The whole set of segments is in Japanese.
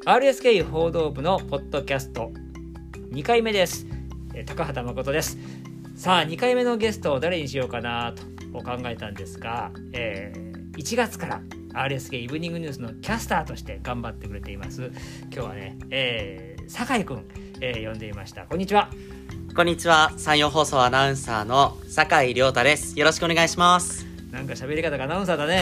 RSK 報道部のポッドキャスト2回目です。高畑誠です。さあ2回目のゲストを誰にしようかなと考えたんですが、1月から RSK イブニングニュースのキャスターとして頑張ってくれています今日はね、酒井くん、呼んでいました。こんにちは。 こんにちは。山陽放送アナウンサーの酒井亮太です。よろしくお願いします。 なんか喋り方がアナウンサーだね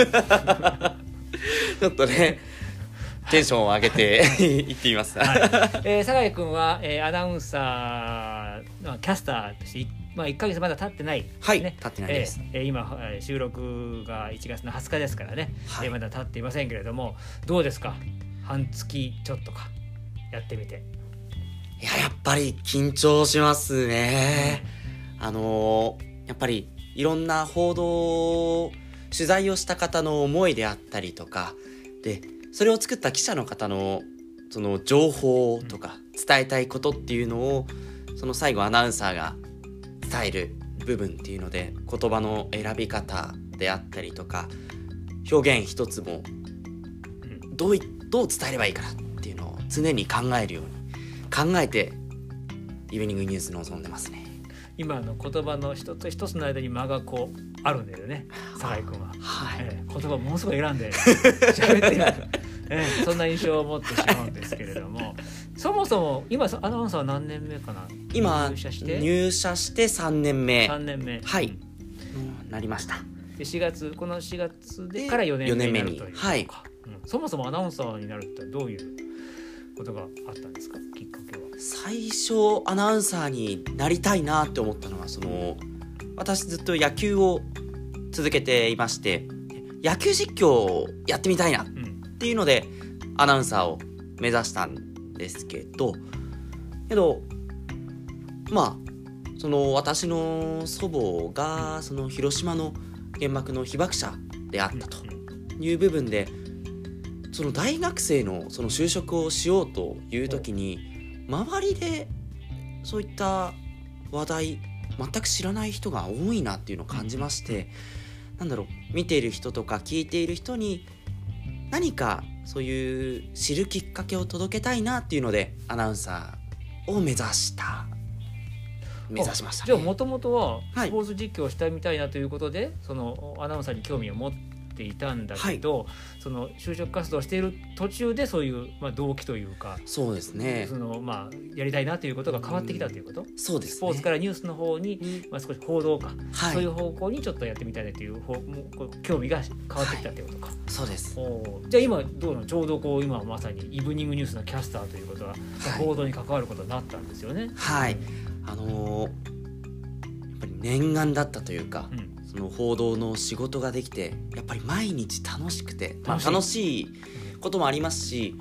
ちょっとねテンションを上げていってみます、 はい酒井くんは、アナウンサーのキャスターとして1ヶ月まだ経ってない、 はい、ね、経ってないです、 今収録が1月の20日ですからね、 はい、 まだ経っていませんけれども、どうですか、半月ちょっとかやってみて。 やっぱり緊張しますね。やっぱりいろんな報道取材をした方の思いであったりとかで、それを作った記者の方のその情報とか伝えたいことっていうのを、その最後アナウンサーが伝える部分っていうので、言葉の選び方であったりとか表現一つもどう伝えればいいかなっていうのを常に考えるように考えてイブニングニュースに臨んでますね。 今の言葉の一つ一つの間に間がこうあるんだよね、酒井君は、 はい、 言葉ものすごい選んで喋っているそんな印象を持ってしまうんですけれども、そもそも今アナウンサーは何年目かな。 今入社して3年目はい、なりました。 でこの4月でから4年目になるというか、 はい、 そもそもアナウンサーになるってどういうことがあったんですか、きっかけは。 最初アナウンサーになりたいなって思ったのは、私ずっと野球を続けていまして、野球実況をやってみたいなっていうので、アナウンサーを目指したんですけど、私の祖母がその広島の原爆の被爆者であったという部分で、その大学生のその就職をしようという時に、周りでそういった話題全く知らない人が多いなっていうのを感じまして、見ている人とか聞いている人に何かそういう知るきっかけを届けたいなっていうので、アナウンサーを目指しましたね。 じゃあもともとはスポーツ実況をしたみたいなということで、そのアナウンサーに興味を持っていたんだけど、その就職活動をしている途中でそういう、動機というか、 そうですね、 やりたいなということが変わってきたということ。 そうですね、 スポーツからニュースの方に、少し報道か、そういう方向にちょっとやってみたいなという興味が変わってきたということか。 そうです。 じゃあ今どうなの、ちょうど今まさにイブニングニュースのキャスターということは、報道に関わることになったんですよね。 はい、やっぱり念願だったというか、その報道の仕事ができて、やっぱり毎日楽しくて、楽しいこともありますし、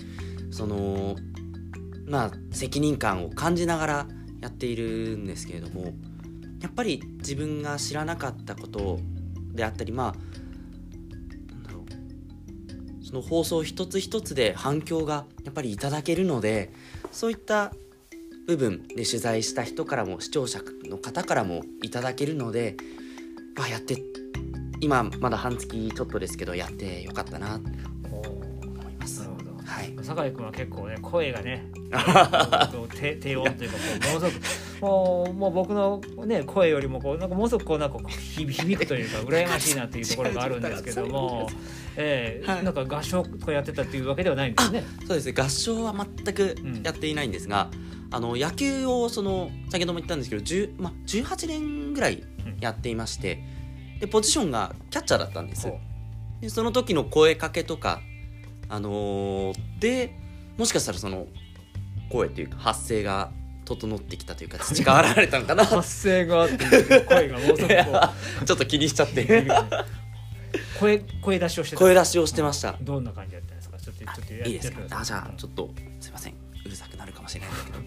責任感を感じながらやっているんですけれども、やっぱり自分が知らなかったことであったり、その放送一つ一つで反響がやっぱりいただけるので、そういった部分で取材した人からも視聴者の方からもいただけるので、今まだ半月ちょっとですけどやってよかったなと思います。 なるほど、 はい、 酒井君は結構ね、声がね低音というか、ものすごくもう僕の、声よりもものすごく響くというか羨ましいなというところがあるんですけども合唱とかやってたっていうわけではないんですね。 そうですね、合唱は全くやっていないんですが、野球を先ほども言ったんですけど、18年ぐらいやっていまして、でポジションがキャッチャーだったんです。でその時の声かけとか、でもしかしたらその声というか発声が整ってきたというか、培われたのかな発声があって声がもうちょっと気にしちゃって声出しをしてました。 どんな感じだったんですか。ちょっといいですか。じゃあちょっとすいません、うるさくなるかもしれないんだけど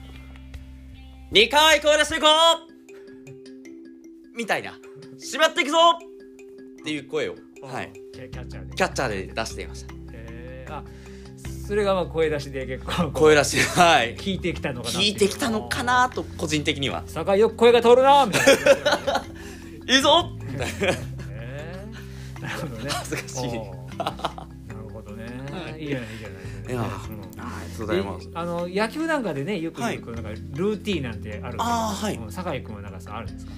2回声出していこうみたいな、縛っていくぞっていう声を、 キャッチャーで出していました。 それが声出しで結構声出し、 聞いてきたのかなと個人的には。 酒井よく声が通るなみたいないいぞみたいな。 なるほどね。 恥ずかしい。 なるほどね。 いいじゃないいいじゃない。 いや、 うん、 ありがとうございます。 野球なんかでねよくはいなんかルーティーンなんてあるんですけど、 はい、 酒井君はなんかさあるんですか？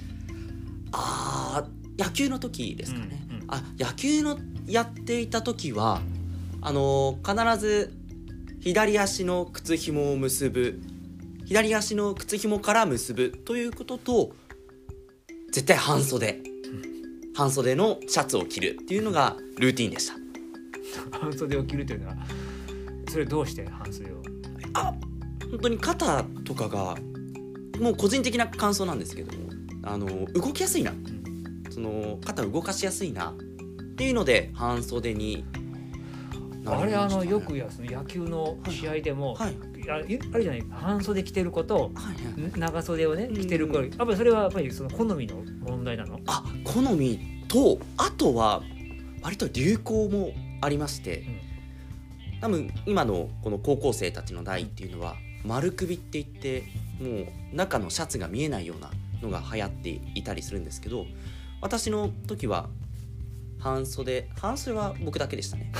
野球の時ですかね、 うんうん、 野球のやっていた時は必ず左足の靴紐を結ぶ、左足の靴紐から結ぶということと、絶対半袖のシャツを着るっていうのがルーティンでした。 半袖を着るというのはそれどうして半袖を？ 本当に肩とかがもう個人的な感想なんですけども、動きやすいな、その肩を動かしやすいなっていうので半袖になりましたね。 よくその野球の試合でも、 はい、 あれじゃない半袖着てる子と、 はいはい、 長袖をね着てる子、やっぱりそれはやっぱりその好みの問題なの？ 好みと、あとは割と流行もありまして、多分今のこの高校生たちの代っていうのは丸首って言ってもう中のシャツが見えないようなのが流行っていたりするんですけど、私の時は半袖は僕だけでしたね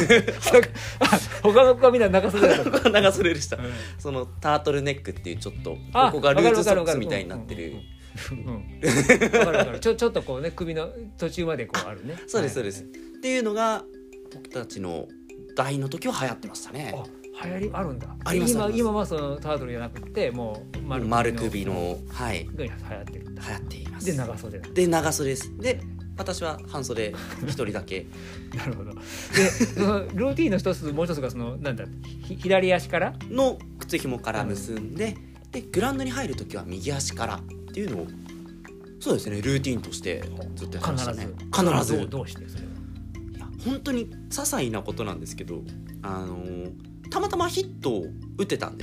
他の子はみんな長袖だった僕は長袖でした、そのタートルネックっていうちょっとここがルーズソックスみたいになってる、 分かるちょっとこうね首の途中までこうあるね。 そうですそうです、っていうのが僕たちの代の時は流行ってましたね。 流行りあるんだ。 あります。 今はそのタートルじゃなくてもう丸首の、はい、 が流行ってるんだ。 流行っています。 で長袖で長袖です。で私は半袖一人だけなるほど。でそのルーティンの一つもう一つがそのなんだ左足からの靴紐から結んで、でグラウンドに入る時は右足からっていうのをそうですねルーティンとしてずっとやってましたね。必ずどうしてそれは？ いや本当に些細なことなんですけど、たまたまヒットを打ってたんです。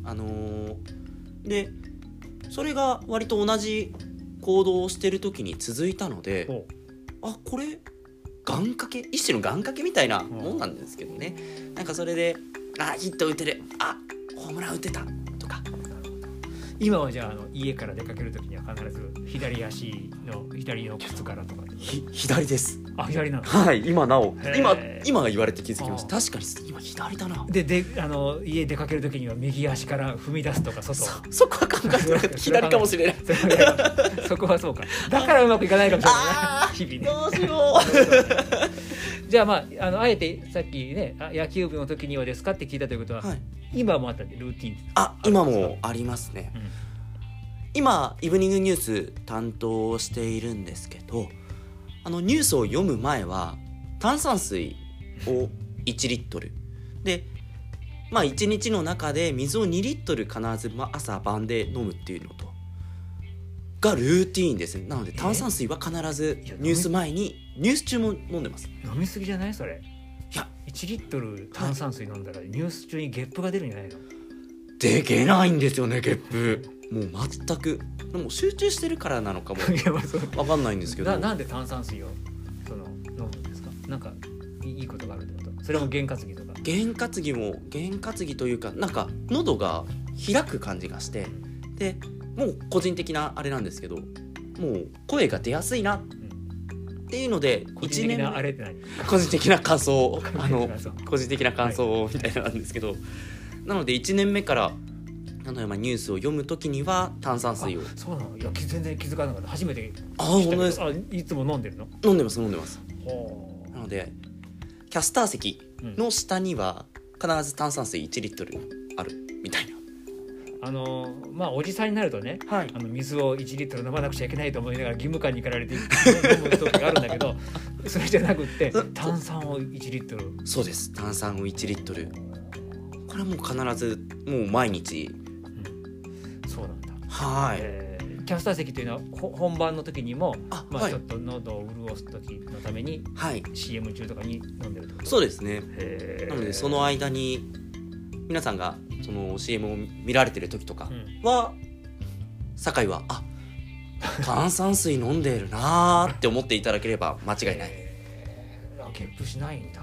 でそれが割と同じ行動をしてる時に続いたので、これ願掛け、一種の願掛けみたいなもんなんですけどね、なんかそれでヒット打てる、ホームラン打てたとか。 今はじゃあ家から出かける時には必ず左足の左の靴からとか。 左です。 左なの？ はい、今なお今言われて気づきました。確かに今左だな。 で家出かける時には右足から踏み出すとかそこは考えてなかった。左かもしれないそこはそうか。だからうまくいかないかもしれない日々ね。どうしようじゃああえてさっきね野球部の時にはですかって聞いたということは、今もあったんでルーティン今もありますね、今イブニングニュース担当しているんですけど、ニュースを読む前は炭酸水を1リットルで、1日の中で水を2リットル必ず朝晩で飲むっていうのとがルーティーンですね。なので炭酸水は必ずニュース前に、ニュース中も飲んでます。 飲みすぎじゃないそれ？ いや 1リットル炭酸水飲んだらニュース中にゲップが出るんじゃないの？ できないんですよねゲップ。もう全くでも集中してるからなのかも分かんないんですけどなんで炭酸水を飲むんですか？なんかいいことがあるってこと？それも験担ぎとか？験担ぎというか、なんか喉が開く感じがして、でもう個人的なあれなんですけど、もう声が出やすいなっていうので、1年あれって何？個人的な感想個人的な感想みたいなんですけど、なので1年目からニュースを読むときには炭酸水を。そうなの？いや全然気づかなかった。初めて。本当ですか？いつも飲んでるの？飲んでます。なのでキャスター席の下には必ず炭酸水1リットルあるみたいな。おじさんになるとね、水を1リットル飲まなくちゃいけないと思いながら義務感に駆られて飲む時があるんだけどそれじゃなくって炭酸を1リットル。そうです、炭酸を1リットル。これはもう必ずもう毎日。そうなんだ。はい。キャスター席というのは本番の時にもちょっと喉を潤す時のために、CM 中とかに飲んでるってこと？そうですね。なのでその間に皆さんがその CM を見られてる時とかは、酒井は炭酸水飲んでいるなって思っていただければ間違いない。ゲップしないんだ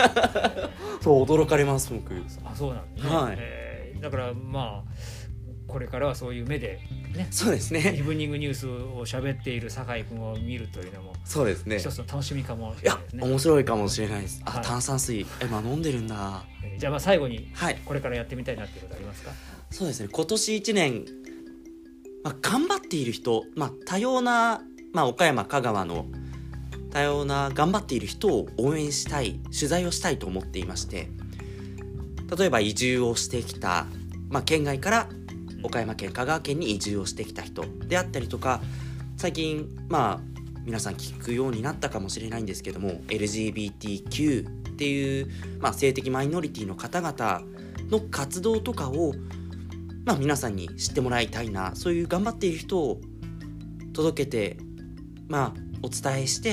そう驚かれます僕。そうなんですね。だからこれからはそういう目でね、 そうですね。 イブニングニュースを喋っている酒井君を見るというのもそうですね。 一つの楽しみかもしいやれないですね。 面白いかもしれないです。 はい炭酸水今飲んでるんだ。 じゃあまあ最後にはい。 これからやってみたいなっていうことありますか？ そうですね。今年1年、頑張っている人、多様な、岡山香川の多様な頑張っている人を応援したい、取材をしたいと思っていまして、例えば移住をしてきた、県外から岡山県香川県に移住をしてきた人であったりとか、最近皆さん聞くようになったかもしれないんですけども、 LGBTQ っていう、性的マイノリティの方々の活動とかを、皆さんに知ってもらいたいな、そういう頑張っている人を届けて、お伝えして、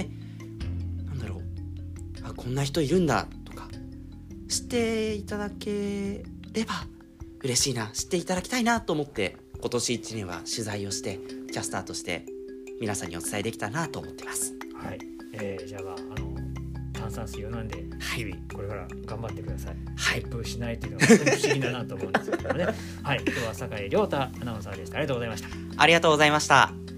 こんな人いるんだとか知っていただければ嬉しいな、知っていただきたいなと思って、今年1年は取材をしてキャスターとして皆さんにお伝えできたなと思ってます。 はい、じゃあ炭酸水を飲んで日々これから頑張ってください。 はい。 ゲップしないというのは本当に不思議だなと思うんですけどね。はい、今日は酒井亮太アナウンサーでした。ありがとうございました。 ありがとうございました。